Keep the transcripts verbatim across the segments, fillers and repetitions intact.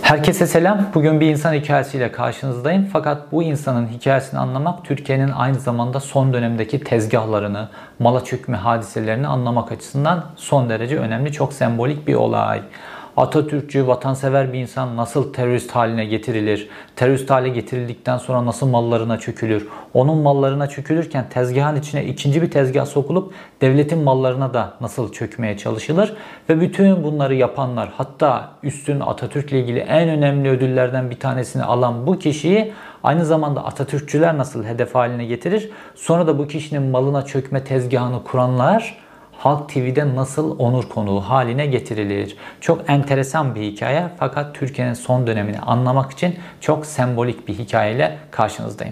Herkese selam. Bugün bir insan hikayesiyle karşınızdayım. Fakat bu insanın hikayesini anlamak, Türkiye'nin aynı zamanda son dönemdeki tezgahlarını, mala çökme hadiselerini anlamak açısından son derece önemli, çok sembolik bir olay. Atatürkçü, vatansever bir insan nasıl terörist haline getirilir? Terörist hale getirildikten sonra nasıl mallarına çökülür? Onun mallarına çökülürken tezgahın içine ikinci bir tezgah sokulup devletin mallarına da nasıl çökmeye çalışılır? Ve bütün bunları yapanlar, hatta üstün Atatürk'le ilgili en önemli ödüllerden bir tanesini alan bu kişiyi aynı zamanda Atatürkçüler nasıl hedef haline getirir? Sonra da bu kişinin malına çökme tezgahını kuranlar Halk T V'de nasıl onur konuğu haline getirilir? Çok enteresan bir hikaye, fakat Türkiye'nin son dönemini anlamak için çok sembolik bir hikayeyle karşınızdayım.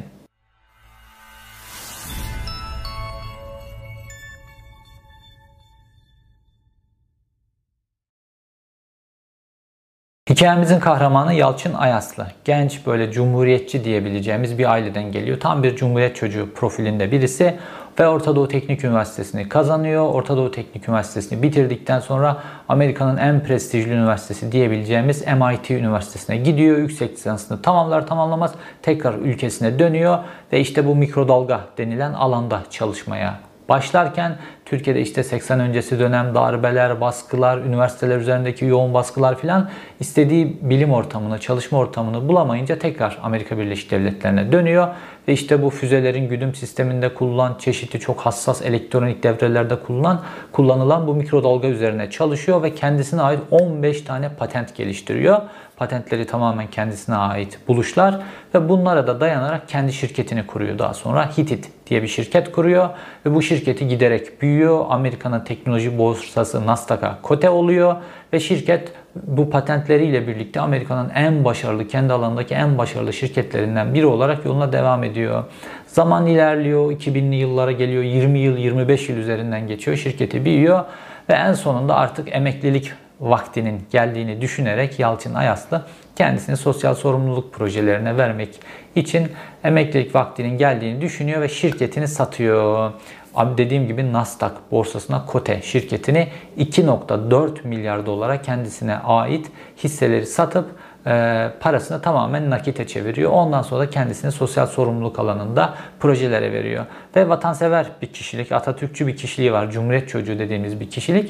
Hikayemizin kahramanı Yalçın Ayaslı. Genç, böyle cumhuriyetçi diyebileceğimiz bir aileden geliyor. Tam bir cumhuriyet çocuğu profilinde birisi ve Orta Doğu Teknik Üniversitesi'ni kazanıyor. Orta Doğu Teknik Üniversitesi'ni bitirdikten sonra Amerika'nın en prestijli üniversitesi diyebileceğimiz M I T Üniversitesi'ne gidiyor. Yüksek lisansını tamamlar tamamlamaz tekrar ülkesine dönüyor ve işte bu mikrodalga denilen alanda çalışmaya başlarken Türkiye'de işte seksen öncesi dönem darbeler, baskılar, üniversiteler üzerindeki yoğun baskılar filan, istediği bilim ortamını, çalışma ortamını bulamayınca tekrar Amerika Birleşik Devletleri'ne dönüyor. Ve işte bu füzelerin güdüm sisteminde kullanılan, çeşitli çok hassas elektronik devrelerde kullanılan, kullanılan bu mikrodalga üzerine çalışıyor ve kendisine ait on beş tane patent geliştiriyor. Patentleri tamamen kendisine ait buluşlar ve bunlara da dayanarak kendi şirketini kuruyor. Daha sonra Hitit diye bir şirket kuruyor ve bu şirketi giderek büyüyor. Amerika'nın teknoloji borsası Nasdaq'a kote oluyor ve şirket bu patentleriyle birlikte Amerika'nın en başarılı, kendi alanındaki en başarılı şirketlerinden biri olarak yoluna devam ediyor. Zaman ilerliyor, iki binli yıllara geliyor, yirmi yıl, yirmi beş yıl üzerinden geçiyor, şirketi büyüyor ve en sonunda artık emeklilik vaktinin geldiğini düşünerek Yalçın Ayaslı kendisini sosyal sorumluluk projelerine vermek için emeklilik vaktinin geldiğini düşünüyor ve şirketini satıyor. Abi dediğim gibi Nasdaq borsasına kote şirketini iki nokta dört milyar dolara kendisine ait hisseleri satıp e, parasını tamamen nakite çeviriyor. Ondan sonra da kendisini sosyal sorumluluk alanında projelere veriyor. Ve vatansever bir kişilik, Atatürkçü bir kişiliği var. Cumhuriyet çocuğu dediğimiz bir kişilik.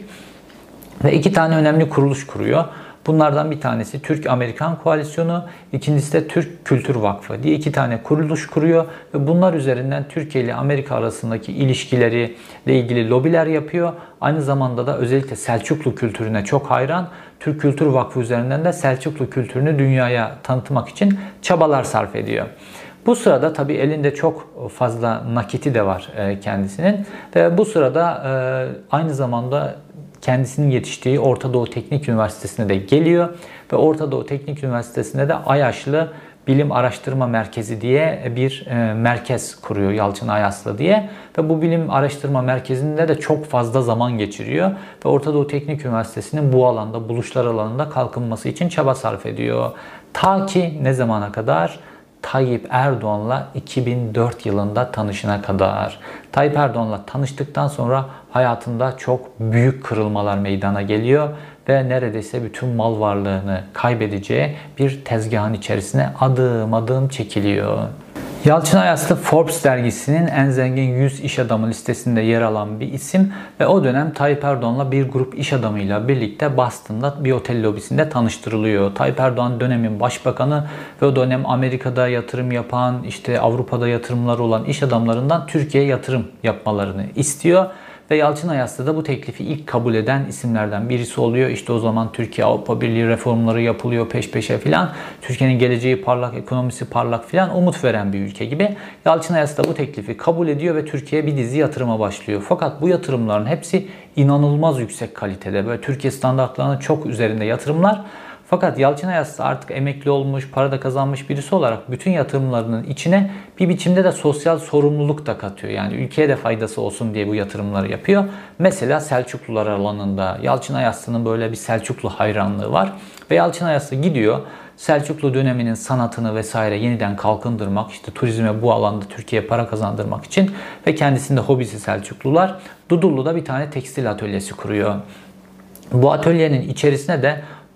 Ve iki tane önemli kuruluş kuruyor. Bunlardan bir tanesi Türk-Amerikan Koalisyonu, ikincisi de Türk Kültür Vakfı diye iki tane kuruluş kuruyor ve bunlar üzerinden Türkiye ile Amerika arasındaki ilişkileri ile ilgili lobiler yapıyor. Aynı zamanda da özellikle Selçuklu kültürüne çok hayran. Türk Kültür Vakfı üzerinden de Selçuklu kültürünü dünyaya tanıtmak için çabalar sarf ediyor. Bu sırada tabii elinde çok fazla nakiti de var kendisinin ve bu sırada aynı zamanda kendisinin yetiştiği Orta Doğu Teknik Üniversitesi'ne de geliyor ve Orta Doğu Teknik Üniversitesi'nde de Ayaşlı Bilim Araştırma Merkezi diye bir e, merkez kuruyor Yalçın Ayaslı diye ve bu bilim araştırma merkezinde de çok fazla zaman geçiriyor ve Orta Doğu Teknik Üniversitesi'nin bu alanda, buluşlar alanında kalkınması için çaba sarf ediyor. Ta ki ne zamana kadar? Tayyip Erdoğan'la iki bin dört yılında tanışına kadar. Tayyip Erdoğan'la tanıştıktan sonra hayatında çok büyük kırılmalar meydana geliyor ve neredeyse bütün mal varlığını kaybedeceği bir tezgahın içerisine adım adım çekiliyor. Yalçın Ayaslı Forbes dergisinin en zengin yüz iş adamı listesinde yer alan bir isim ve o dönem Tayyip Erdoğan'la bir grup iş adamıyla birlikte Boston'da bir otel lobisinde tanıştırılıyor. Tayyip Erdoğan dönemin başbakanı ve o dönem Amerika'da yatırım yapan, işte Avrupa'da yatırımları olan iş adamlarından Türkiye'ye yatırım yapmalarını istiyor. Ve Yalçın Ayaslı da bu teklifi ilk kabul eden isimlerden birisi oluyor. İşte o zaman Türkiye-Avrupa Birliği reformları yapılıyor peş peşe filan. Türkiye'nin geleceği parlak, ekonomisi parlak filan, umut veren bir ülke gibi. Yalçın Ayaslı da bu teklifi kabul ediyor ve Türkiye bir dizi yatırıma başlıyor. Fakat bu yatırımların hepsi inanılmaz yüksek kalitede. Böyle Türkiye standartlarının çok üzerinde yatırımlar. Fakat Yalçın Ayaslı artık emekli olmuş, para da kazanmış birisi olarak bütün yatırımlarının içine bir biçimde de sosyal sorumluluk da katıyor. Yani ülkeye de faydası olsun diye bu yatırımları yapıyor. Mesela Selçuklular alanında Yalçın Ayaslı'nın böyle bir Selçuklu hayranlığı var. Ve Yalçın Ayaslı gidiyor Selçuklu döneminin sanatını vesaire yeniden kalkındırmak, işte turizme bu alanda Türkiye'ye para kazandırmak için ve kendisinde hobisi Selçuklular, Dudullu'da bir tane tekstil atölyesi kuruyor. Bu atölyenin içerisine de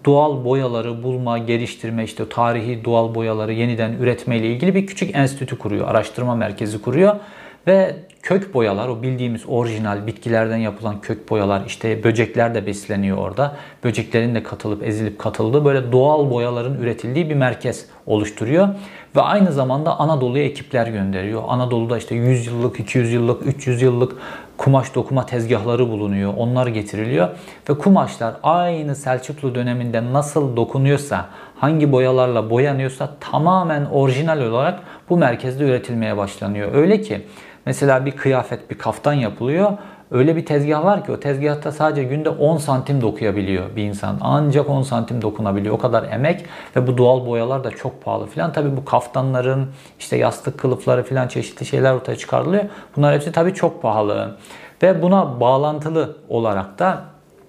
doğal boyaları bulma, geliştirme, işte tarihi doğal boyaları yeniden üretme ile ilgili bir küçük enstitü kuruyor, araştırma merkezi kuruyor. Ve kök boyalar, o bildiğimiz orijinal bitkilerden yapılan kök boyalar, işte böcekler de besleniyor orada. Böceklerin de katılıp ezilip katıldığı böyle doğal boyaların üretildiği bir merkez oluşturuyor. Ve aynı zamanda Anadolu'ya ekipler gönderiyor. Anadolu'da işte yüz yıllık, iki yüz yıllık, üç yüz yıllık kumaş dokuma tezgahları bulunuyor. Onlar getiriliyor. Ve kumaşlar aynı Selçuklu döneminde nasıl dokunuyorsa, hangi boyalarla boyanıyorsa tamamen orijinal olarak bu merkezde üretilmeye başlanıyor. Öyle ki mesela bir kıyafet, bir kaftan yapılıyor. Öyle bir tezgah var ki o tezgahta sadece günde on santim dokuyabiliyor bir insan. Ancak on santim dokunabiliyor. O kadar emek ve bu doğal boyalar da çok pahalı filan. Tabii bu kaftanların, işte yastık kılıfları filan çeşitli şeyler ortaya çıkarılıyor. Bunlar hepsi tabii çok pahalı. Ve buna bağlantılı olarak da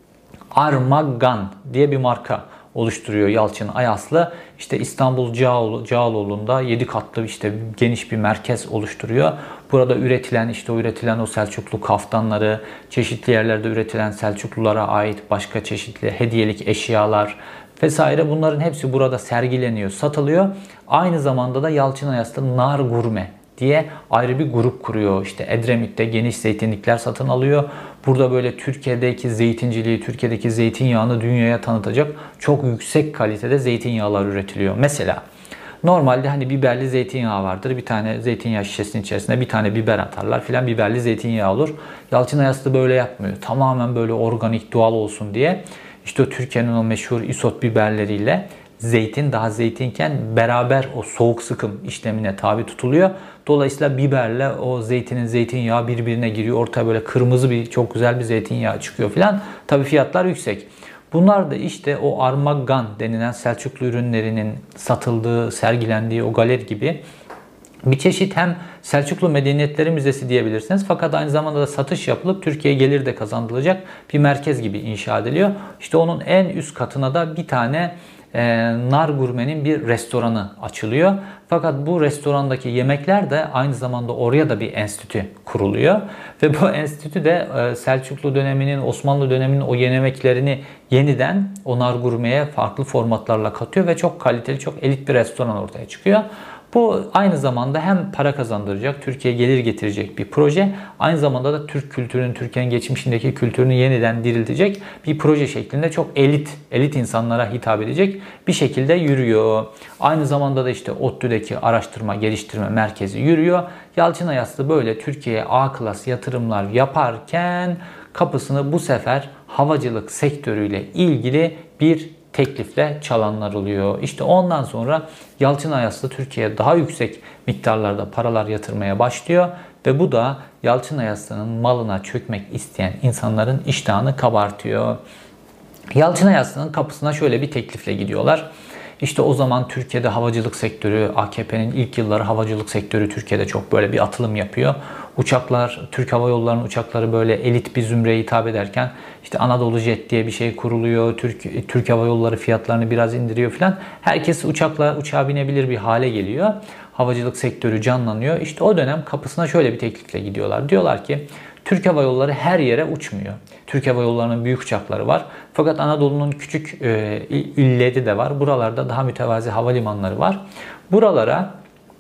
Armagan diye bir marka oluşturuyor Yalçın Ayaslı. İşte İstanbul Cağaloğlu, Cağaloğlu'nda yedi katlı işte geniş bir merkez oluşturuyor. Burada üretilen işte o üretilen o Selçuklu kaftanları, çeşitli yerlerde üretilen Selçuklulara ait başka çeşitli hediyelik eşyalar vesaire, bunların hepsi burada sergileniyor, satılıyor. Aynı zamanda da Yalçın Ayaslı Nar Gurme diye ayrı bir grup kuruyor. İşte Edremit'te geniş zeytinlikler satın alıyor. Burada böyle Türkiye'deki zeytinciliği, Türkiye'deki zeytinyağını dünyaya tanıtacak çok yüksek kalitede zeytinyağlar üretiliyor. Mesela normalde hani biberli zeytinyağı vardır. Bir tane zeytinyağı şişesinin içerisine bir tane biber atarlar filan, biberli zeytinyağı olur. Yalçın Ayaslı böyle yapmıyor. Tamamen böyle organik, doğal olsun diye işte o Türkiye'nin o meşhur isot biberleriyle zeytin, daha zeytinken beraber o soğuk sıkım işlemine tabi tutuluyor. Dolayısıyla biberle o zeytinin zeytinyağı birbirine giriyor. Ortaya böyle kırmızı bir çok güzel bir zeytinyağı çıkıyor filan. Tabii fiyatlar yüksek. Bunlar da işte o Armagan denilen Selçuklu ürünlerinin satıldığı, sergilendiği o galeri gibi bir çeşit hem Selçuklu Medeniyetleri Müzesi diyebilirsiniz. Fakat aynı zamanda da satış yapılıp Türkiye'ye gelir de kazandırılacak bir merkez gibi inşa ediliyor. İşte onun en üst katına da bir tane e, Nar Gurme'nin bir restoranı açılıyor. Fakat bu restorandaki yemekler de aynı zamanda oraya da bir enstitü kuruluyor. Ve bu enstitü de e, Selçuklu döneminin, Osmanlı döneminin o yemeklerini yeniden o Nar Gurme'ye farklı formatlarla katıyor ve çok kaliteli, çok elit bir restoran ortaya çıkıyor. Bu aynı zamanda hem para kazandıracak, Türkiye'ye gelir getirecek bir proje. Aynı zamanda da Türk kültürünün, Türkiye'nin geçmişindeki kültürünü yeniden diriltecek bir proje şeklinde çok elit, elit insanlara hitap edecek bir şekilde yürüyor. Aynı zamanda da işte ODTÜ'deki araştırma, geliştirme merkezi yürüyor. Yalçın Ayaslı böyle Türkiye'ye A klas yatırımlar yaparken kapısını bu sefer havacılık sektörüyle ilgili bir teklifle çalanlar oluyor. İşte ondan sonra Yalçın Ayaslı Türkiye'ye daha yüksek miktarlarda paralar yatırmaya başlıyor ve bu da Yalçın Ayaslı'nın malına çökmek isteyen insanların iştahını kabartıyor. Yalçın Ayaslı'nın kapısına şöyle bir teklifle gidiyorlar. İşte o zaman Türkiye'de havacılık sektörü, A K P'nin ilk yılları havacılık sektörü Türkiye'de çok böyle bir atılım yapıyor. Uçaklar, Türk Hava Yolları'nın uçakları böyle elit bir zümreye hitap ederken işte Anadolu Jet diye bir şey kuruluyor. Türk, Türk Hava Yolları fiyatlarını biraz indiriyor falan. Herkes uçakla uçağa binebilir bir hale geliyor. Havacılık sektörü canlanıyor. İşte o dönem kapısına şöyle bir teklifle gidiyorlar. Diyorlar ki Türk Hava Yolları her yere uçmuyor. Türk Hava Yolları'nın büyük uçakları var. Fakat Anadolu'nun küçük e, illeri de var. Buralarda daha mütevazi havalimanları var. Buralara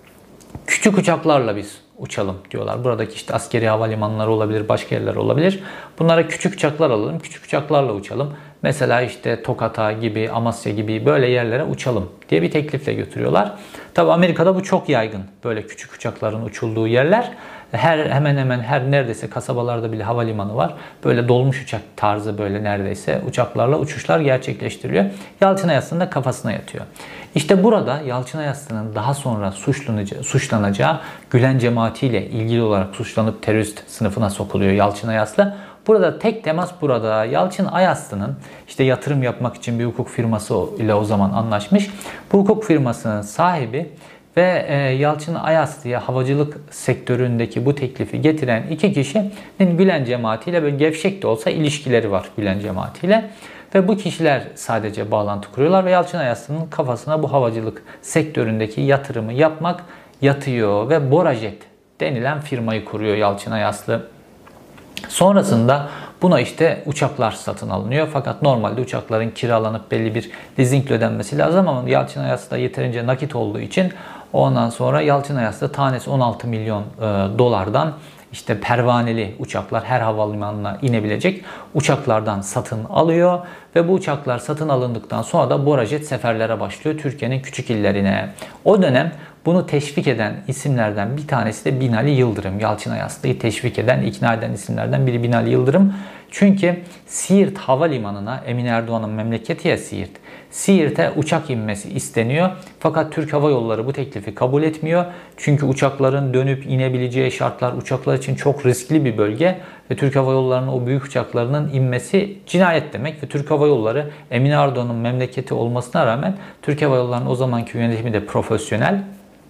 küçük uçaklarla biz uçalım diyorlar. Buradaki işte askeri havalimanları olabilir, başka yerler olabilir. Bunlara küçük uçaklar alalım, küçük uçaklarla uçalım. Mesela işte Tokat'a gibi, Amasya gibi böyle yerlere uçalım diye bir teklifle götürüyorlar. Tabi Amerika'da bu çok yaygın. Böyle küçük uçakların uçulduğu yerler. Her hemen hemen her neredeyse kasabalarda bile havalimanı var. Böyle dolmuş uçak tarzı böyle neredeyse uçaklarla uçuşlar gerçekleştiriliyor. Yalçın Ayaslı'nın da kafasına yatıyor. İşte burada Yalçın Ayaslı'nın daha sonra suçlanacağı, suçlanacağı Gülen cemaatiyle ilgili olarak suçlanıp terörist sınıfına sokuluyor Yalçın Ayaslı. Burada tek temas burada. Yalçın Ayaslı'nın işte yatırım yapmak için bir hukuk firması ile o zaman anlaşmış. Bu hukuk firmasının sahibi ve e, Yalçın Ayaslı'ya havacılık sektöründeki bu teklifi getiren iki kişinin Gülen cemaatiyle böyle gevşek de olsa ilişkileri var Gülen cemaatiyle. Ve bu kişiler sadece bağlantı kuruyorlar ve Yalçın Ayaslı'nın kafasına bu havacılık sektöründeki yatırımı yapmak yatıyor ve Borajet denilen firmayı kuruyor Yalçın Ayaslı. Sonrasında Buna işte uçaklar satın alınıyor. Fakat normalde uçakların kiralanıp belli bir leasingle ödenmesi lazım ama Yalçın Ayas'ta yeterince nakit olduğu için ondan sonra Yalçın Ayas'ta tanesi on altı milyon e, dolardan işte pervaneli uçaklar, her havalimanına inebilecek uçaklardan satın alıyor ve bu uçaklar satın alındıktan sonra da Borajet seferlere başlıyor Türkiye'nin küçük illerine. O dönem bunu teşvik eden isimlerden bir tanesi de Binali Yıldırım. Yalçın Ayaslı'yı teşvik eden, ikna eden isimlerden biri Binali Yıldırım. Çünkü Siirt Havalimanı'na, Emin Erdoğan'ın memleketi ya Siirt, Siirt'e uçak inmesi isteniyor. Fakat Türk Hava Yolları bu teklifi kabul etmiyor. Çünkü uçakların dönüp inebileceği şartlar uçaklar için çok riskli bir bölge. Ve Türk Hava Yolları'nın o büyük uçaklarının inmesi cinayet demek. Ve Türk Hava Yolları Emin Erdoğan'ın memleketi olmasına rağmen Türk Hava Yolları'nın o zamanki yönetimi de profesyonel.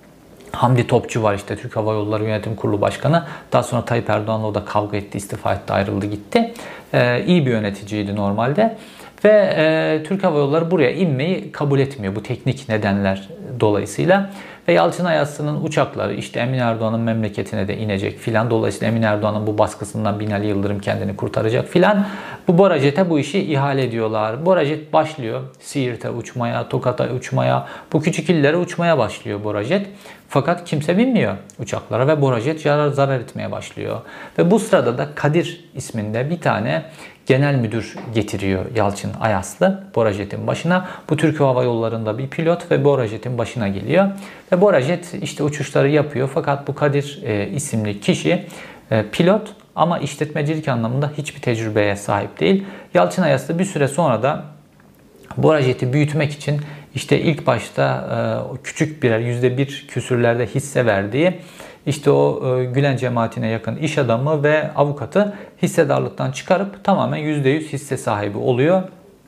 Hamdi Topçu var işte Türk Hava Yolları Yönetim Kurulu Başkanı. Daha sonra Tayyip Erdoğan'la o da kavga etti, istifa etti, ayrıldı gitti. Ee, iyi bir yöneticiydi normalde. Ve e, Türk Hava Yolları buraya inmeyi kabul etmiyor bu teknik nedenler dolayısıyla. Ve Yalçın Ayaslı'nın uçakları işte Emin Erdoğan'ın memleketine de inecek filan. Dolayısıyla Emin Erdoğan'ın bu baskısından Binali Yıldırım kendini kurtaracak filan. Bu Borajet'e bu işi ihale ediyorlar. Borajet başlıyor Siirt'e uçmaya, Tokat'a uçmaya, bu küçük illere uçmaya başlıyor Borajet. Fakat kimse binmiyor uçaklara ve Borajet zarar, zarar etmeye başlıyor. Ve bu sırada da Kadir isminde bir tane genel müdür getiriyor Yalçın Ayaslı Borajet'in başına. Bu Türk Hava Yolları'nda bir pilot ve Borajet'in başına geliyor. Ve Borajet işte uçuşları yapıyor. Fakat bu Kadir e, isimli kişi e, pilot ama işletmecilik anlamında hiçbir tecrübeye sahip değil. Yalçın Ayaslı bir süre sonra da Borajet'i büyütmek için işte ilk başta e, küçük birer yüzde bir küsürlerde hisse verdiği işte o e, Gülen cemaatine yakın iş adamı ve avukatı hissedarlıktan çıkarıp tamamen yüzde yüz hisse sahibi oluyor.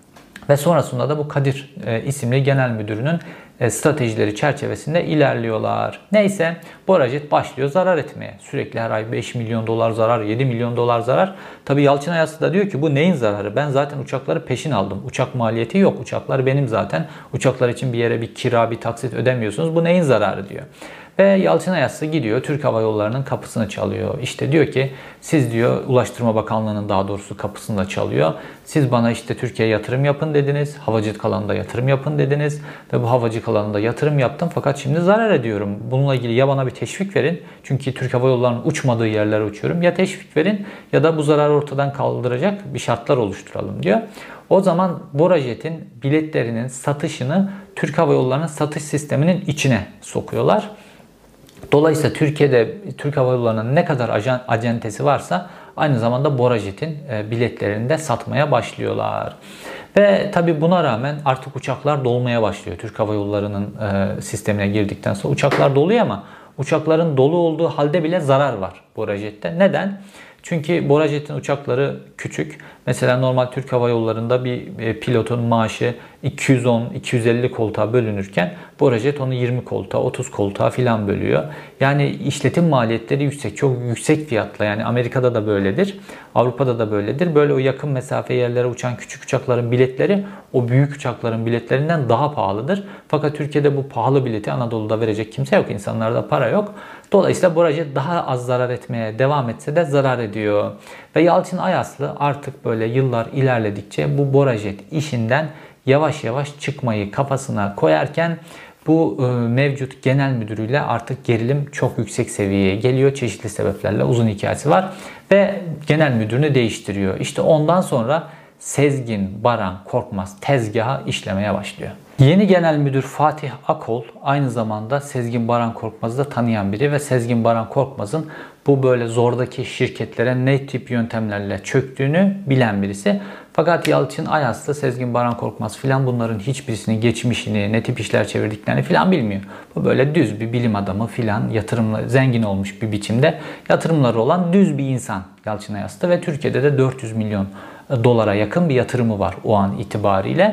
Ve sonrasında da bu Kadir e, isimli genel müdürünün e, stratejileri çerçevesinde ilerliyorlar. Neyse Borajet başlıyor zarar etmeye. Sürekli her ay beş milyon dolar zarar, yedi milyon dolar zarar. Tabii Yalçın Ayaslı da diyor ki bu neyin zararı? Ben zaten uçakları peşin aldım. Uçak maliyeti yok. Uçaklar benim zaten. Uçaklar için bir yere bir kira, bir taksit ödemiyorsunuz. Bu neyin zararı diyor. Ve Yalçın Ayaslı gidiyor Türk Hava Yolları'nın kapısını çalıyor. İşte diyor ki siz diyor Ulaştırma Bakanlığı'nın daha doğrusu kapısını da çalıyor. Siz bana işte Türkiye'ye yatırım yapın dediniz. Havacılık alanında yatırım yapın dediniz. Ve bu havacılık alanında yatırım yaptım fakat şimdi zarar ediyorum. Bununla ilgili ya bana bir teşvik verin. Çünkü Türk Hava Yolları'nın uçmadığı yerlere uçuyorum. Ya teşvik verin ya da bu zararı ortadan kaldıracak bir şartlar oluşturalım diyor. O zaman Borajet'in biletlerinin satışını Türk Hava Yolları'nın satış sisteminin içine sokuyorlar. Dolayısıyla Türkiye'de Türk Hava Yolları'nın ne kadar ajan, acentesi varsa aynı zamanda Borajet'in biletlerini de satmaya başlıyorlar. Ve tabi buna rağmen artık uçaklar dolmaya başlıyor. Türk Hava Yolları'nın sistemine girdikten sonra uçaklar doluyor ama uçakların dolu olduğu halde bile zarar var Borajet'te. Neden? Çünkü Borajet'in uçakları küçük. Mesela normal Türk Hava Yolları'nda bir pilotun maaşı iki yüz on iki yüz elli koltuğa bölünürken Borajet onu yirmi koltuğa, otuz koltuğa filan bölüyor. Yani işletim maliyetleri yüksek. Çok yüksek fiyatla. Yani Amerika'da da böyledir. Avrupa'da da böyledir. Böyle o yakın mesafe yerlere uçan küçük uçakların biletleri o büyük uçakların biletlerinden daha pahalıdır. Fakat Türkiye'de bu pahalı bileti Anadolu'da verecek kimse yok. İnsanlarda para yok. Dolayısıyla Borajet daha az zarar etmeye devam etse de zarar ediyor. Ve Yalçın Ayaslı artık böyle yıllar ilerledikçe bu Borajet işinden yavaş yavaş çıkmayı kafasına koyarken bu e, mevcut genel müdürüyle artık gerilim çok yüksek seviyeye geliyor. Çeşitli sebeplerle uzun hikayesi var. Ve genel müdürünü değiştiriyor. İşte ondan sonra Sezgin Baran Korkmaz tezgaha işlemeye başlıyor. Yeni genel müdür Fatih Akol aynı zamanda Sezgin Baran Korkmaz'ı da tanıyan biri ve Sezgin Baran Korkmaz'ın bu böyle zordaki şirketlere ne tip yöntemlerle çöktüğünü bilen birisi. Fakat Yalçın Ayaslı, Sezgin Baran Korkmaz filan bunların hiçbirisinin geçmişini, ne tip işler çevirdiklerini filan bilmiyor. Bu böyle düz bir bilim adamı filan, yatırımla zengin olmuş bir biçimde yatırımları olan düz bir insan Yalçın Ayaslı ve Türkiye'de de dört yüz milyon dolara yakın bir yatırımı var o an itibariyle.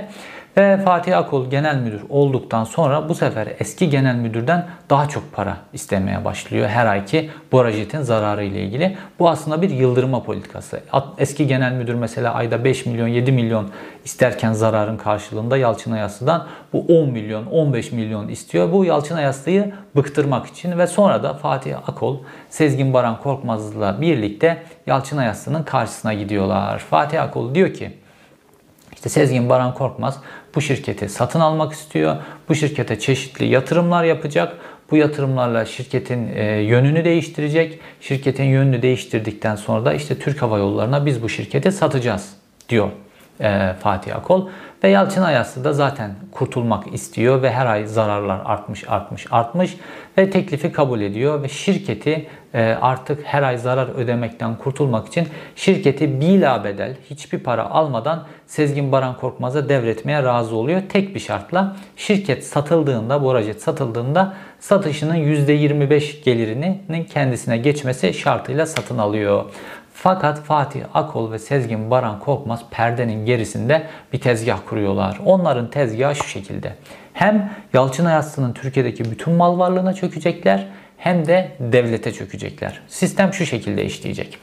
Ve Fatih Akol genel müdür olduktan sonra bu sefer eski genel müdürden daha çok para istemeye başlıyor her ayki Borajet'in zararı ile ilgili. Bu aslında bir yıldırma politikası. Eski genel müdür mesela ayda beş milyon yedi milyon isterken zararın karşılığında Yalçın Ayaslı'dan bu on milyon on beş milyon istiyor. Bu Yalçın Ayaslı'yı bıktırmak için ve sonra da Fatih Akol Sezgin Baran Korkmaz'la birlikte Yalçın Ayaslı'nın karşısına gidiyorlar. Fatih Akol diyor ki İşte Sezgin Baran Korkmaz bu şirketi satın almak istiyor. Bu şirkete çeşitli yatırımlar yapacak. Bu yatırımlarla şirketin e, yönünü değiştirecek. Şirketin yönünü değiştirdikten sonra da işte Türk Hava Yolları'na biz bu şirketi satacağız diyor e, Fatih Akol. Ve Yalçın Ayaslı da zaten kurtulmak istiyor ve her ay zararlar artmış artmış artmış ve teklifi kabul ediyor ve şirketi e, artık her ay zarar ödemekten kurtulmak için şirketi bilabedel hiçbir para almadan Sezgin Baran Korkmaz'a devretmeye razı oluyor. Tek bir şartla şirket satıldığında, Borajet satıldığında satışının yüzde yirmi beş gelirinin kendisine geçmesi şartıyla satın alıyor. Fakat Fatih Akol ve Sezgin Baran Korkmaz perdenin gerisinde bir tezgah kuruyorlar. Onların tezgahı şu şekilde. Hem Yalçın Ayaslı'nın Türkiye'deki bütün mal varlığına çökecekler hem de devlete çökecekler. Sistem şu şekilde işleyecek.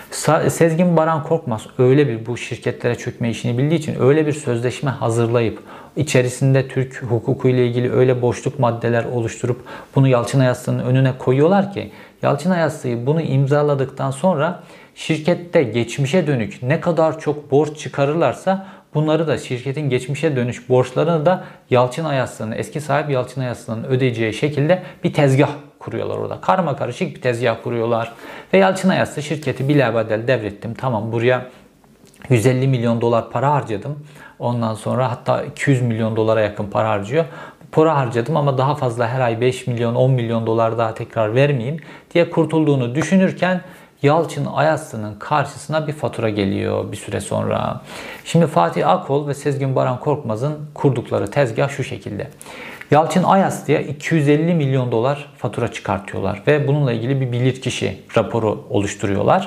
Sezgin Baran Korkmaz öyle bir bu şirketlere çökme işini bildiği için öyle bir sözleşme hazırlayıp içerisinde Türk hukuku ile ilgili öyle boşluk maddeler oluşturup bunu Yalçın Ayaslı'nın önüne koyuyorlar ki Yalçın Ayaslı'yı bunu imzaladıktan sonra şirkette geçmişe dönük ne kadar çok borç çıkarırlarsa bunları da şirketin geçmişe dönük borçlarını da Yalçın Ayaslı'nın, eski sahibi Yalçın Ayaslı'nın ödeyeceği şekilde bir tezgah kuruyorlar orada. Karma karışık bir tezgah kuruyorlar. Ve Yalçın Ayaslı şirketi bilabedel devrettim. Tamam, buraya yüz elli milyon dolar para harcadım. Ondan sonra hatta iki yüz milyon dolara yakın para harcıyor. Para harcadım ama daha fazla her ay beş milyon on milyon dolar daha tekrar vermeyeyim diye kurtulduğunu düşünürken Yalçın Ayaslı'nın karşısına bir fatura geliyor bir süre sonra. Şimdi Fatih Akol ve Sezgin Baran Korkmaz'ın kurdukları tezgah şu şekilde. Yalçın Ayaslı'ya iki yüz elli milyon dolar fatura çıkartıyorlar ve bununla ilgili bir bilirkişi raporu oluşturuyorlar.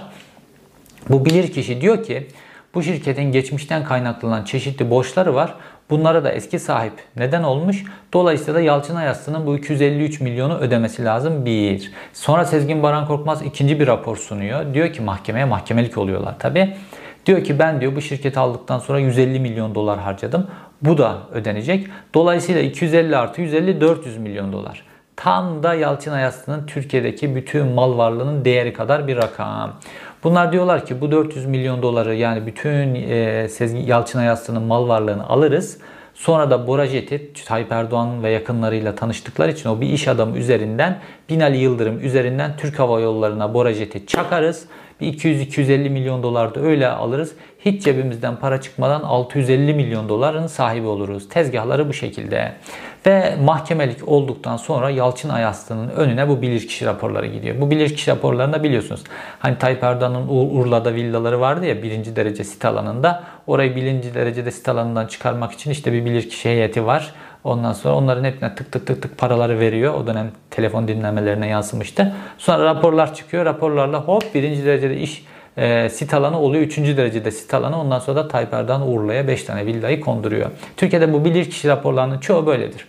Bu bilirkişi diyor ki bu şirketin geçmişten kaynaklanan çeşitli borçları var. Bunlara da eski sahip neden olmuş. Dolayısıyla da Yalçın Ayaslı'nın bu iki yüz elli üç milyonu ödemesi lazım. Bir. Sonra Sezgin Baran Korkmaz ikinci bir rapor sunuyor. Diyor ki mahkemeye, mahkemelik oluyorlar tabi. Diyor ki ben diyor bu şirketi aldıktan sonra yüz elli milyon dolar harcadım. Bu da ödenecek. Dolayısıyla iki yüz elli artı yüz elli dört yüz milyon dolar. Tam da Yalçın Ayaslı'nın Türkiye'deki bütün mal varlığının değeri kadar bir rakam. Bunlar diyorlar ki bu dört yüz milyon doları yani bütün e, Sezgin Yalçın Ayaslı'nın mal varlığını alırız. Sonra da Borajet'i Tayyip Erdoğan ve yakınlarıyla tanıştıkları için o bir iş adamı üzerinden Binali Yıldırım üzerinden Türk Hava Yolları'na Borajet'i çakarız. Bir iki yüz iki yüz elli milyon dolar da öyle alırız. Hiç cebimizden para çıkmadan altı yüz elli milyon doların sahibi oluruz. Tezgahları bu şekilde. Ve mahkemelik olduktan sonra Yalçın Ayaslı'nın önüne bu bilirkişi raporları gidiyor. Bu bilirkişi raporlarında biliyorsunuz hani Tayyip Erdoğan'ın Urla'da villaları vardı ya birinci derece sit alanında. Orayı birinci derecede sit alanından çıkarmak için işte bir bilirkişi heyeti var. Ondan sonra onların hepsine tık tık tık tık paraları veriyor. O dönem telefon dinlemelerine yansımıştı. Sonra raporlar çıkıyor. Raporlarla hop birinci derecede iş e, sit alanı oluyor. Üçüncü derecede sit alanı. Ondan sonra da Tayyip Erdoğan Urla'ya beş tane villayı konduruyor. Türkiye'de bu bilirkişi raporlarının çoğu böyledir.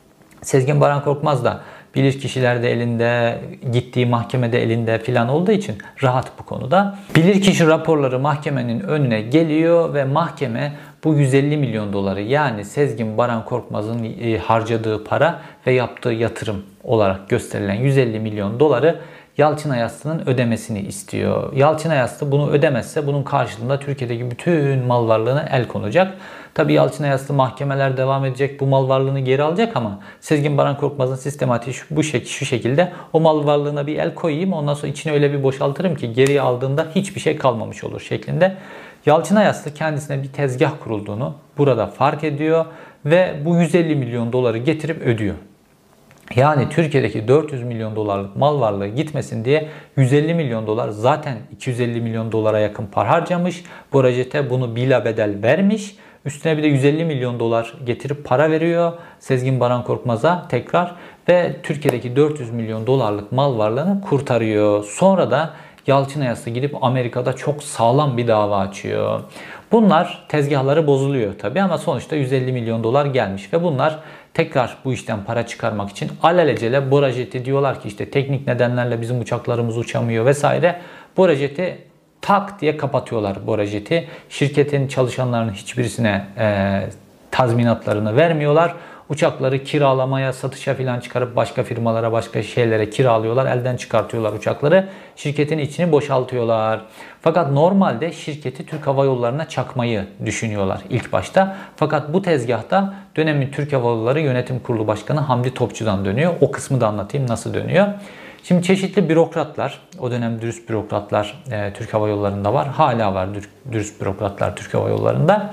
Sezgin Baran Korkmaz da bilirkişiler de elinde, gittiği mahkemede elinde filan olduğu için rahat bu konuda. Bilirkişi raporları mahkemenin önüne geliyor ve mahkeme bu yüz elli milyon doları yani Sezgin Baran Korkmaz'ın harcadığı para ve yaptığı yatırım olarak gösterilen yüz elli milyon doları Yalçın Ayaslı'nın ödemesini istiyor. Yalçın Ayaslı bunu ödemezse bunun karşılığında Türkiye'deki bütün mal varlığına el konacak. Tabii Yalçın Ayaslı mahkemeler devam edecek, bu mal varlığını geri alacak ama Sezgin Baran Korkmaz'ın sistematiği şu, bu şek şu şekilde o mal varlığına bir el koyayım ondan sonra içine öyle bir boşaltırım ki geriye aldığında hiçbir şey kalmamış olur şeklinde. Yalçın Ayaslı kendisine bir tezgah kurulduğunu burada fark ediyor ve bu yüz elli milyon doları getirip ödüyor. Yani Türkiye'deki dört yüz milyon dolarlık mal varlığı gitmesin diye yüz elli milyon dolar zaten iki yüz elli milyon dolara yakın para harcamış. Borajet'e bunu bilabedel vermiş. Üstüne bir de yüz elli milyon dolar getirip para veriyor Sezgin Baran Korkmaz'a tekrar ve Türkiye'deki dört yüz milyon dolarlık mal varlığını kurtarıyor. Sonra da Yalçın Ayaslı gidip Amerika'da çok sağlam bir dava açıyor. Bunlar tezgahları bozuluyor tabii ama sonuçta yüz elli milyon dolar gelmiş ve bunlar tekrar bu işten para çıkarmak için alelacele Borajet'i diyorlar ki işte teknik nedenlerle bizim uçaklarımız uçamıyor vesaire. Borajet'i tak diye kapatıyorlar Borajet'i. Şirketin çalışanlarının hiçbirisine e, tazminatlarını vermiyorlar. Uçakları kiralamaya, satışa falan çıkarıp başka firmalara, başka şeylere kiralıyorlar. Elden çıkartıyorlar uçakları. Şirketin içini boşaltıyorlar. Fakat normalde şirketi Türk Hava Yolları'na çakmayı düşünüyorlar ilk başta. Fakat bu tezgahta dönemin Türk Hava Yolları Yönetim Kurulu Başkanı Hamdi Topçu'dan dönüyor. O kısmı da anlatayım nasıl dönüyor. Şimdi çeşitli bürokratlar, o dönem dürüst bürokratlar e, Türk Hava Yolları'nda var. Hala var dürüst bürokratlar Türk Hava Yolları'nda.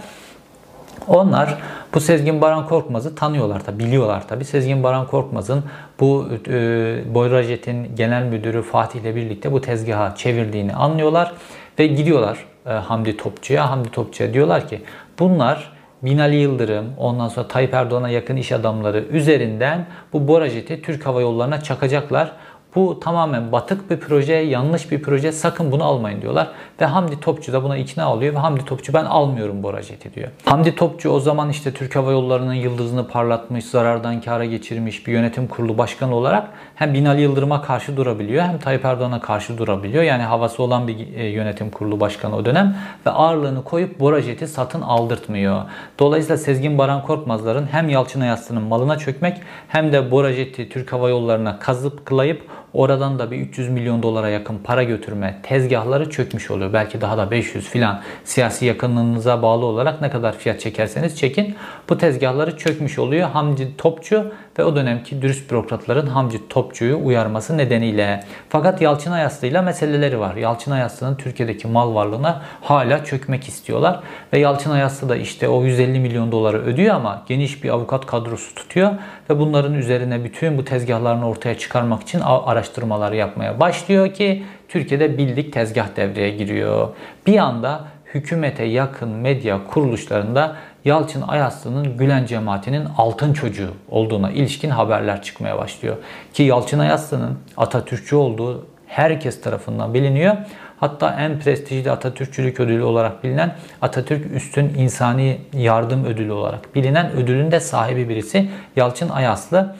Onlar bu Sezgin Baran Korkmaz'ı tanıyorlar tabi, biliyorlar tabi. Sezgin Baran Korkmaz'ın bu e, Borajet'in genel müdürü Fatih ile birlikte bu tezgaha çevirdiğini anlıyorlar ve gidiyorlar e, Hamdi Topçu'ya. Hamdi Topçu'ya diyorlar ki bunlar Binali Yıldırım, ondan sonra Tayyip Erdoğan'a yakın iş adamları üzerinden bu Borajet'i Türk Hava Yolları'na çakacaklar. Bu tamamen batık bir proje, yanlış bir proje. Sakın bunu almayın diyorlar. Ve Hamdi Topçu da buna ikna oluyor ve Hamdi Topçu ben almıyorum Borajet'i diyor. Hamdi Topçu o zaman işte Türk Hava Yolları'nın yıldızını parlatmış, zarardan kâra geçirmiş bir yönetim kurulu başkanı olarak hem Binali Yıldırım'a karşı durabiliyor hem Tayyip Erdoğan'a karşı durabiliyor. Yani havası olan bir yönetim kurulu başkanı o dönem ve ağırlığını koyup Borajet'i satın aldırtmıyor. Dolayısıyla Sezgin Baran Korkmazların hem Yalçın Ayaslı'nın malına çökmek hem de Borajet'i Türk Hava Yolları'na kazıp kılayıp oradan da bir üç yüz milyon dolara yakın para götürme tezgahları çökmüş oluyor. Belki daha da beş yüz filan, siyasi yakınlığınıza bağlı olarak ne kadar fiyat çekerseniz çekin. Bu tezgahları çökmüş oluyor Hamdi Topçu ve o dönemki dürüst bürokratların Hamdi Topçu'yu uyarması nedeniyle. Fakat Yalçın Ayaslı'yla meseleleri var. Yalçın Ayaslı'nın Türkiye'deki mal varlığına hala çökmek istiyorlar. Ve Yalçın Ayaslı da işte o yüz elli milyon doları ödüyor ama geniş bir avukat kadrosu tutuyor. Ve bunların üzerine bütün bu tezgahlarını ortaya çıkarmak için araştırmalar yapmaya başlıyor ki Türkiye'de bildik tezgah devreye giriyor. Bir anda hükümete yakın medya kuruluşlarında Yalçın Ayaslı'nın Gülen cemaatinin altın çocuğu olduğuna ilişkin haberler çıkmaya başlıyor. Ki Yalçın Ayaslı'nın Atatürkçü olduğu herkes tarafından biliniyor. Hatta en prestijli Atatürkçülük ödülü olarak bilinen Atatürk Üstün İnsani Yardım Ödülü olarak bilinen ödülün de sahibi birisi Yalçın Ayaslı.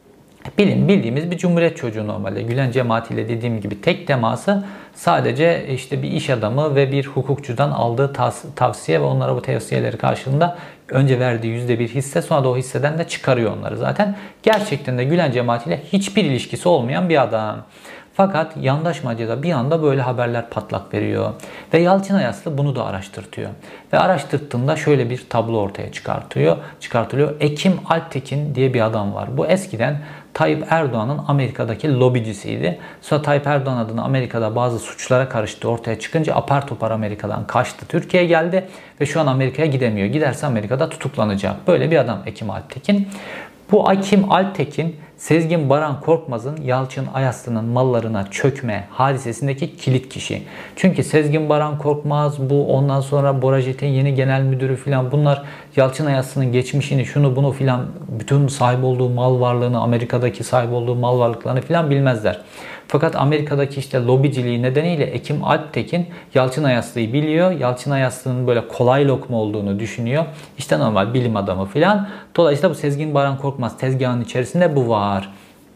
Bilin, bildiğimiz bir cumhuriyet çocuğu normalde. Gülen cemaatiyle dediğim gibi tek teması sadece işte bir iş adamı ve bir hukukçudan aldığı tavsiye ve onlara bu tavsiyeleri karşılığında önce verdiği yüzde bir hisse, sonra da o hisseden de çıkarıyor onları zaten. Gerçekten de Gülen cemaatiyle hiçbir ilişkisi olmayan bir adam. Fakat yandaş medyada bir anda böyle haberler patlak veriyor. Ve Yalçın Ayaslı bunu da araştırtıyor. Ve araştırdığında şöyle bir tablo ortaya çıkartıyor. çıkartılıyor. Ekim Alptekin diye bir adam var. Bu eskiden Tayyip Erdoğan'ın Amerika'daki lobicisiydi. Sonra Tayyip Erdoğan adına Amerika'da bazı suçlara karıştı ortaya çıkınca apar topar Amerika'dan kaçtı. Türkiye'ye geldi ve şu an Amerika'ya gidemiyor. Giderse Amerika'da tutuklanacak. Böyle bir adam Ekim Alptekin. Bu Ekim Alptekin Sezgin Baran Korkmaz'ın Yalçın Ayaslı'nın mallarına çökme hadisesindeki kilit kişi. Çünkü Sezgin Baran Korkmaz, bu ondan sonra Borajet'in yeni genel müdürü filan, bunlar Yalçın Ayaslı'nın geçmişini, şunu bunu filan, bütün sahip olduğu mal varlığını, Amerika'daki sahip olduğu mal varlıklarını filan bilmezler. Fakat Amerika'daki işte lobiciliği nedeniyle Ekim Alptekin Yalçın Ayaslı'yı biliyor. Yalçın Ayaslı'nın böyle kolay lokma olduğunu düşünüyor. İşte normal bilim adamı filan. Dolayısıyla bu Sezgin Baran Korkmaz tezgahının içerisinde bu var.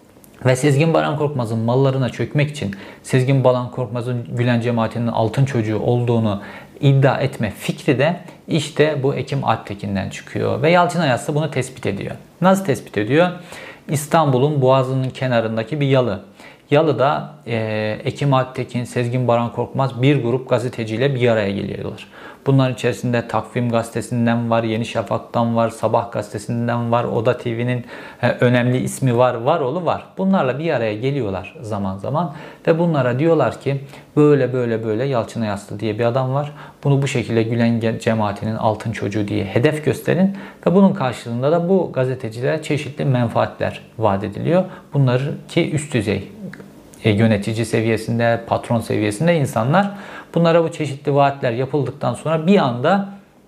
Ve Sezgin Baran Korkmaz'ın mallarına çökmek için Sezgin Baran Korkmaz'ın Gülen cemaatinin altın çocuğu olduğunu iddia etme fikri de işte bu Ekim Alptekin'den çıkıyor. Ve Yalçın Ayaslı bunu tespit ediyor. Nasıl tespit ediyor? İstanbul'un Boğazı'nın kenarındaki bir yalı. Yalı'da e, Ekim Alptekin, Sezgin Baran Korkmaz bir grup gazeteciyle bir araya geliyorlar. Bunların içerisinde Takvim Gazetesi'nden var, Yeni Şafak'tan var, Sabah Gazetesi'nden var, Oda T V'nin e, önemli ismi var, Varolu var. Bunlarla bir araya geliyorlar zaman zaman ve bunlara diyorlar ki böyle böyle böyle Yalçın Ayaslı diye bir adam var. Bunu bu şekilde Gülen cemaatinin altın çocuğu diye hedef gösterin ve bunun karşılığında da bu gazetecilere çeşitli menfaatler vaat ediliyor. Bunlar ki üst düzey yönetici seviyesinde, patron seviyesinde insanlar. Bunlara bu çeşitli vaatler yapıldıktan sonra bir anda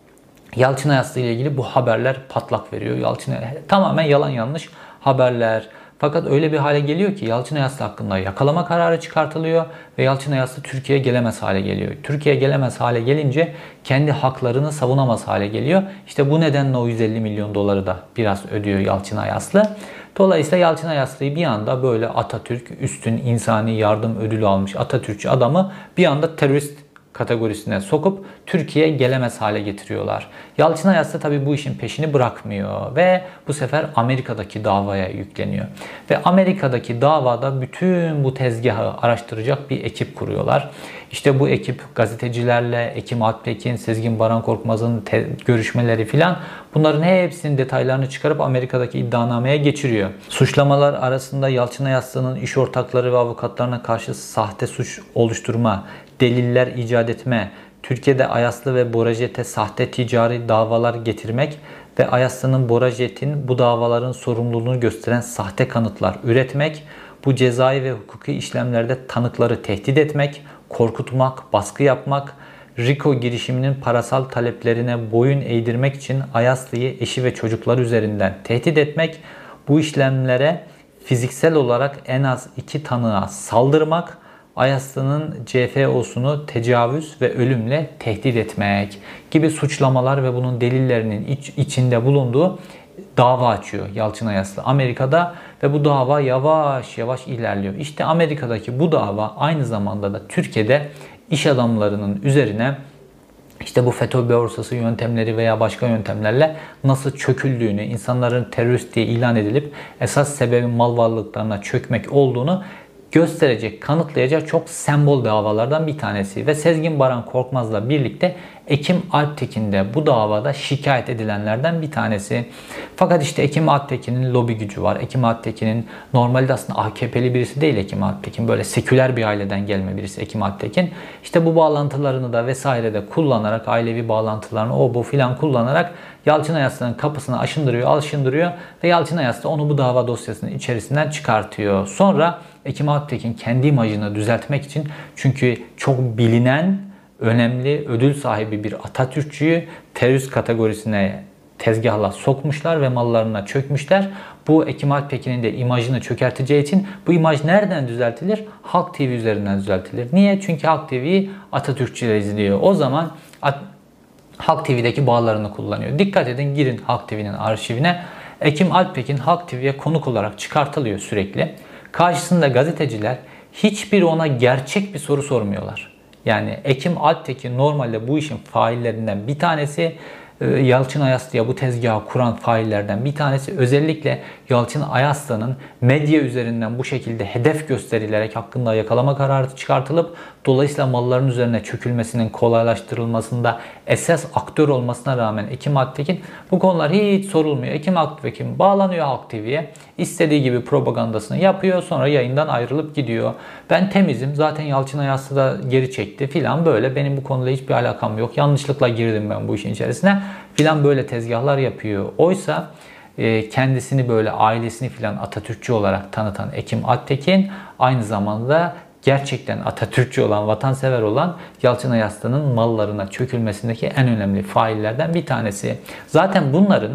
Yalçın Ayaslı ile ilgili bu haberler patlak veriyor. Yalçın tamamen yalan yanlış haberler. Fakat öyle bir hale geliyor ki Yalçın Ayaslı hakkında yakalama kararı çıkartılıyor ve Yalçın Ayaslı Türkiye'ye gelemez hale geliyor. Türkiye'ye gelemez hale gelince kendi haklarını savunamaz hale geliyor. İşte bu nedenle o yüz elli milyon doları da biraz ödüyor Yalçın Ayaslı. Dolayısıyla Yalçın Ayaslı'yı bir anda böyle Atatürk üstün insani yardım ödülü almış Atatürkçü adamı bir anda terörist kategorisine sokup Türkiye'ye gelemez hale getiriyorlar. Yalçın Ayaslı tabii bu işin peşini bırakmıyor ve bu sefer Amerika'daki davaya yükleniyor. Ve Amerika'daki davada bütün bu tezgahı araştıracak bir ekip kuruyorlar. İşte bu ekip gazetecilerle Ekim Alptekin, Sezgin Baran Korkmaz'ın görüşmeleri filan, bunların hepsinin detaylarını çıkarıp Amerika'daki iddianameye geçiriyor. Suçlamalar arasında Yalçın Ayaslı'nın iş ortakları ve avukatlarına karşı sahte suç oluşturma, deliller icat etme, Türkiye'de Ayaslı ve Borajet'e sahte ticari davalar getirmek ve Ayaslı'nın Borajet'in bu davaların sorumluluğunu gösteren sahte kanıtlar üretmek, bu cezai ve hukuki işlemlerde tanıkları tehdit etmek, korkutmak, baskı yapmak, RICO girişiminin parasal taleplerine boyun eğdirmek için Ayaslı'yı eşi ve çocukları üzerinden tehdit etmek, bu işlemlere fiziksel olarak en az iki tanığa saldırmak, Ayaslı'nın C F O'sunu tecavüz ve ölümle tehdit etmek gibi suçlamalar ve bunun delillerinin iç, içinde bulunduğu dava açıyor Yalçın Ayaslı Amerika'da ve bu dava yavaş yavaş ilerliyor. İşte Amerika'daki bu dava aynı zamanda da Türkiye'de iş adamlarının üzerine İşte bu FETÖ borsası yöntemleri veya başka yöntemlerle nasıl çöküldüğünü, insanların terörist diye ilan edilip esas sebebin mal varlıklarına çökmek olduğunu gösterecek, kanıtlayacak çok sembol davalardan bir tanesi. Ve Sezgin Baran Korkmaz'la birlikte Ekim Alptekin de bu davada şikayet edilenlerden bir tanesi. Fakat işte Ekim Alptekin'in lobi gücü var. Ekim Alptekin'in normalde aslında A K P'li birisi değil Ekim Alptekin. Böyle seküler bir aileden gelme birisi Ekim Alptekin. İşte bu bağlantılarını da vesaire de kullanarak, ailevi bağlantılarını o bu filan kullanarak Yalçın Ayaslı'nın kapısını aşındırıyor, aşındırıyor ve Yalçın Ayaslı onu bu dava dosyasının içerisinden çıkartıyor. Sonra Ekim Alptekin kendi imajını düzeltmek için, çünkü çok bilinen, önemli, ödül sahibi bir Atatürkçüyü terörist kategorisine tezgahla sokmuşlar ve mallarına çökmüşler. Bu Ekim Alptekin'in de imajını çökerteceği için bu imaj nereden düzeltilir? Halk T V üzerinden düzeltilir. Niye? Çünkü Halk T V'yi Atatürkçüler izliyor. O zaman Halk T V'deki bağlarını kullanıyor. Dikkat edin, girin Halk T V'nin arşivine. Ekim Alptekin Halk T V'ye konuk olarak çıkartılıyor sürekli. Karşısında gazeteciler hiçbir ona gerçek bir soru sormuyorlar. Yani Ekim Alptekin normalde bu işin faillerinden bir tanesi. Yalçın Ayaslı'ya bu tezgahı kuran faillerden bir tanesi. Özellikle Yalçın Ayaslı'nın medya üzerinden bu şekilde hedef gösterilerek hakkında yakalama kararı çıkartılıp dolayısıyla malların üzerine çökülmesinin kolaylaştırılmasında esas aktör olmasına rağmen Ekim Alptekin bu konular hiç sorulmuyor. Ekim Alptekin bağlanıyor Halk T V'ye. İstediği gibi propagandasını yapıyor. Sonra yayından ayrılıp gidiyor. Ben temizim. Zaten Yalçın Ayaslı da geri çekti filan böyle. Benim bu konuyla hiçbir alakam yok. Yanlışlıkla girdim ben bu işin içerisine filan böyle tezgahlar yapıyor. Oysa e, kendisini böyle ailesini filan Atatürkçü olarak tanıtan Ekim Alptekin aynı zamanda gerçekten Atatürkçü olan, vatansever olan Yalçın Ayaslı'nın mallarına çökülmesindeki en önemli faillerden bir tanesi. Zaten bunların,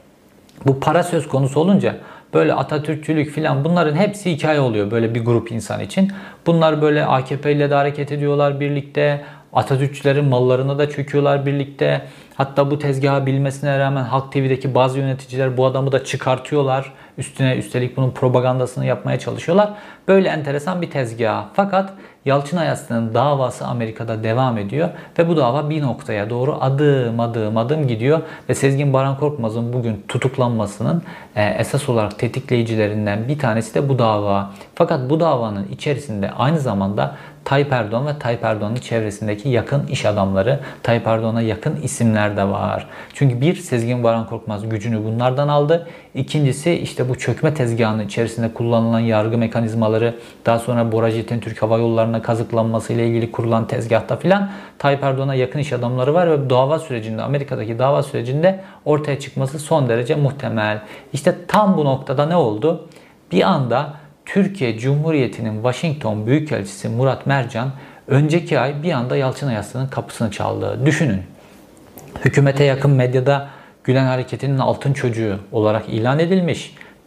bu para söz konusu olunca böyle Atatürkçülük filan, bunların hepsi hikaye oluyor böyle bir grup insan için. Bunlar böyle A K P ile de hareket ediyorlar birlikte. Atatürkçülerin mallarına da çöküyorlar birlikte. Hatta bu tezgahı bilmesine rağmen Halk T V'deki bazı yöneticiler bu adamı da çıkartıyorlar. Üstüne üstelik bunun propagandasını yapmaya çalışıyorlar. Böyle enteresan bir tezgah. Fakat Yalçın Ayaslı'nın davası Amerika'da devam ediyor ve bu dava bir noktaya doğru adım adım adım gidiyor ve Sezgin Baran Korkmaz'ın bugün tutuklanmasının esas olarak tetikleyicilerinden bir tanesi de bu dava. Fakat bu davanın içerisinde aynı zamanda Tayyip Erdoğan ve Tayyip Erdoğan'ın çevresindeki yakın iş adamları, Tayyip Erdoğan'a yakın isimler de var. Çünkü bir, Sezgin Baran Korkmaz gücünü bunlardan aldı. İkincisi işte bu çökme tezgahının içerisinde kullanılan yargı mekanizmaları, daha sonra Borajet'in Türk Hava Yolları'na kazıklanması ile ilgili kurulan tezgahta filan Tayyip Erdoğan'a yakın iş adamları var ve dava sürecinde, Amerika'daki dava sürecinde ortaya çıkması son derece muhtemel. İşte tam bu noktada ne oldu? Bir anda Türkiye Cumhuriyeti'nin Washington Büyükelçisi Murat Mercan önceki ay bir anda Yalçın Ayaslı'nın kapısını çaldı. Düşünün. Hükümete yakın medyada Gülen Hareketi'nin altın çocuğu olarak ilan edilmiş.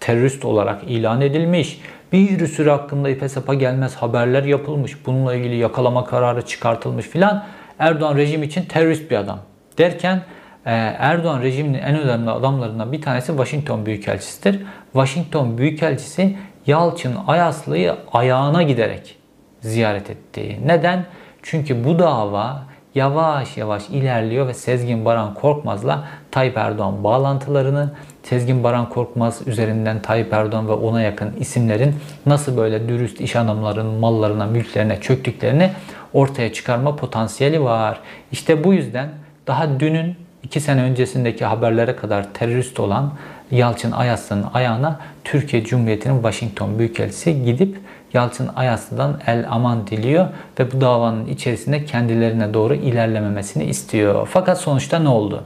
terörist olarak ilan edilmiş. Bir sürü hakkında ipe sapa gelmez haberler yapılmış. Bununla ilgili yakalama kararı çıkartılmış filan. Erdoğan rejim için terörist bir adam derken Erdoğan rejiminin en önemli adamlarından bir tanesi Washington Büyükelçisidir. Washington Büyükelçisi Yalçın Ayaslı'yı ayağına giderek ziyaret etti. Neden? Çünkü bu dava yavaş yavaş ilerliyor ve Sezgin Baran Korkmaz'la Tayyip Erdoğan bağlantılarını, Sezgin Baran Korkmaz üzerinden Tayyip Erdoğan ve ona yakın isimlerin nasıl böyle dürüst iş adamlarının mallarına, mülklerine çöktüklerini ortaya çıkarma potansiyeli var. İşte bu yüzden daha dünün iki sene öncesindeki haberlere kadar terörist olan Yalçın Ayaslı'nın ayağına Türkiye Cumhuriyeti'nin Washington Büyükelçisi gidip Yalçın Ayaslı'dan el aman diliyor ve bu davanın içerisinde kendilerine doğru ilerlememesini istiyor. Fakat sonuçta ne oldu?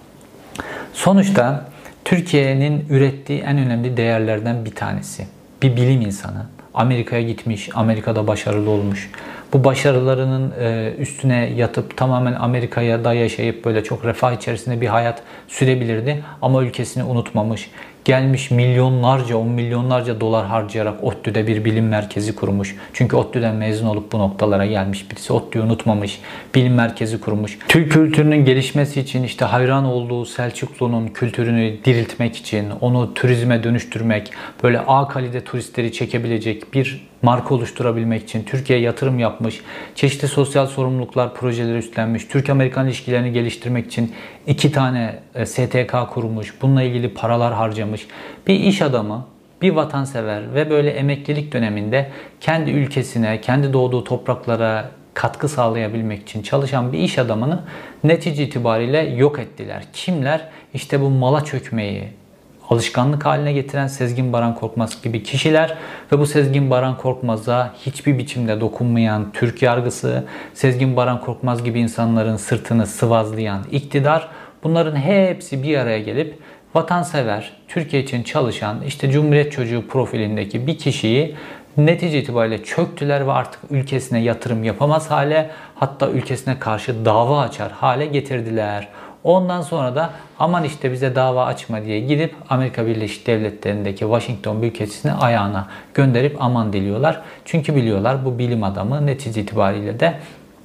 Sonuçta Türkiye'nin ürettiği en önemli değerlerden bir tanesi. Bir bilim insanı. Amerika'ya gitmiş, Amerika'da başarılı olmuş. Bu başarılarının üstüne yatıp tamamen Amerika'ya da yaşayıp böyle çok refah içerisinde bir hayat sürebilirdi. Ama ülkesini unutmamış. Gelmiş milyonlarca, on milyonlarca dolar harcayarak ODTÜ'de bir bilim merkezi kurmuş. Çünkü ODTÜ'den mezun olup bu noktalara gelmiş birisi. ODTÜ'yü unutmamış. Bilim merkezi kurmuş. Türk kültürünün gelişmesi için işte hayran olduğu Selçuklu'nun kültürünü diriltmek için, onu turizme dönüştürmek, böyle A kalite turistleri çekebilecek bir marka oluşturabilmek için Türkiye'ye yatırım yapmış, çeşitli sosyal sorumluluklar projeleri üstlenmiş, Türk-Amerikan ilişkilerini geliştirmek için iki tane S T K kurmuş, bununla ilgili paralar harcamış bir iş adamı, bir vatansever ve böyle emeklilik döneminde kendi ülkesine, kendi doğduğu topraklara katkı sağlayabilmek için çalışan bir iş adamını netice itibariyle yok ettiler. Kimler? İşte bu mala çökmeyi alışkanlık haline getiren Sezgin Baran Korkmaz gibi kişiler ve bu Sezgin Baran Korkmaz'a hiçbir biçimde dokunmayan Türk yargısı, Sezgin Baran Korkmaz gibi insanların sırtını sıvazlayan iktidar, bunların hepsi bir araya gelip vatansever, Türkiye için çalışan, işte Cumhuriyet çocuğu profilindeki bir kişiyi netice itibariyle çöktüler ve artık ülkesine yatırım yapamaz hale, hatta ülkesine karşı dava açar hale getirdiler. Ondan sonra da aman işte bize dava açma diye gidip Amerika Birleşik Devletleri'ndeki Washington Büyükelçisi'ni ayağına gönderip aman diliyorlar. Çünkü biliyorlar bu bilim adamı netice itibariyle de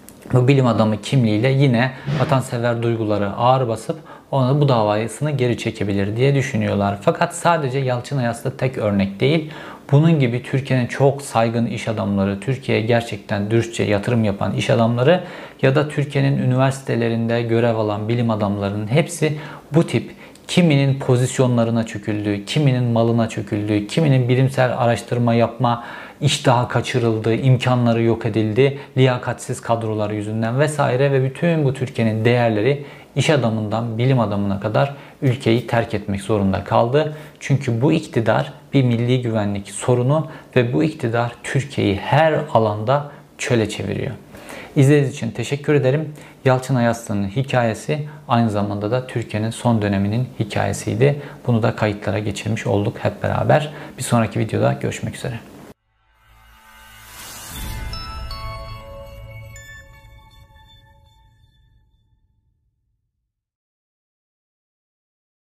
bu bilim adamı kimliğiyle yine vatansever duyguları ağır basıp ona bu davasını geri çekebilir diye düşünüyorlar. Fakat sadece Yalçın Ayaslı tek örnek değil. Bunun gibi Türkiye'nin çok saygın iş adamları, Türkiye'ye gerçekten dürüstçe yatırım yapan iş adamları ya da Türkiye'nin üniversitelerinde görev alan bilim adamlarının hepsi bu tip kiminin pozisyonlarına çöküldüğü, kiminin malına çöküldüğü, kiminin bilimsel araştırma yapma iştahı kaçırıldığı, imkanları yok edildi, liyakatsiz kadrolar yüzünden vesaire ve bütün bu Türkiye'nin değerleri iş adamından bilim adamına kadar ülkeyi terk etmek zorunda kaldı. Çünkü bu iktidar bir milli güvenlik sorunu ve bu iktidar Türkiye'yi her alanda çöle çeviriyor. İzlediğiniz için teşekkür ederim. Yalçın Ayaslı'nın hikayesi aynı zamanda da Türkiye'nin son döneminin hikayesiydi. Bunu da kayıtlara geçirmiş olduk hep beraber. Bir sonraki videoda görüşmek üzere.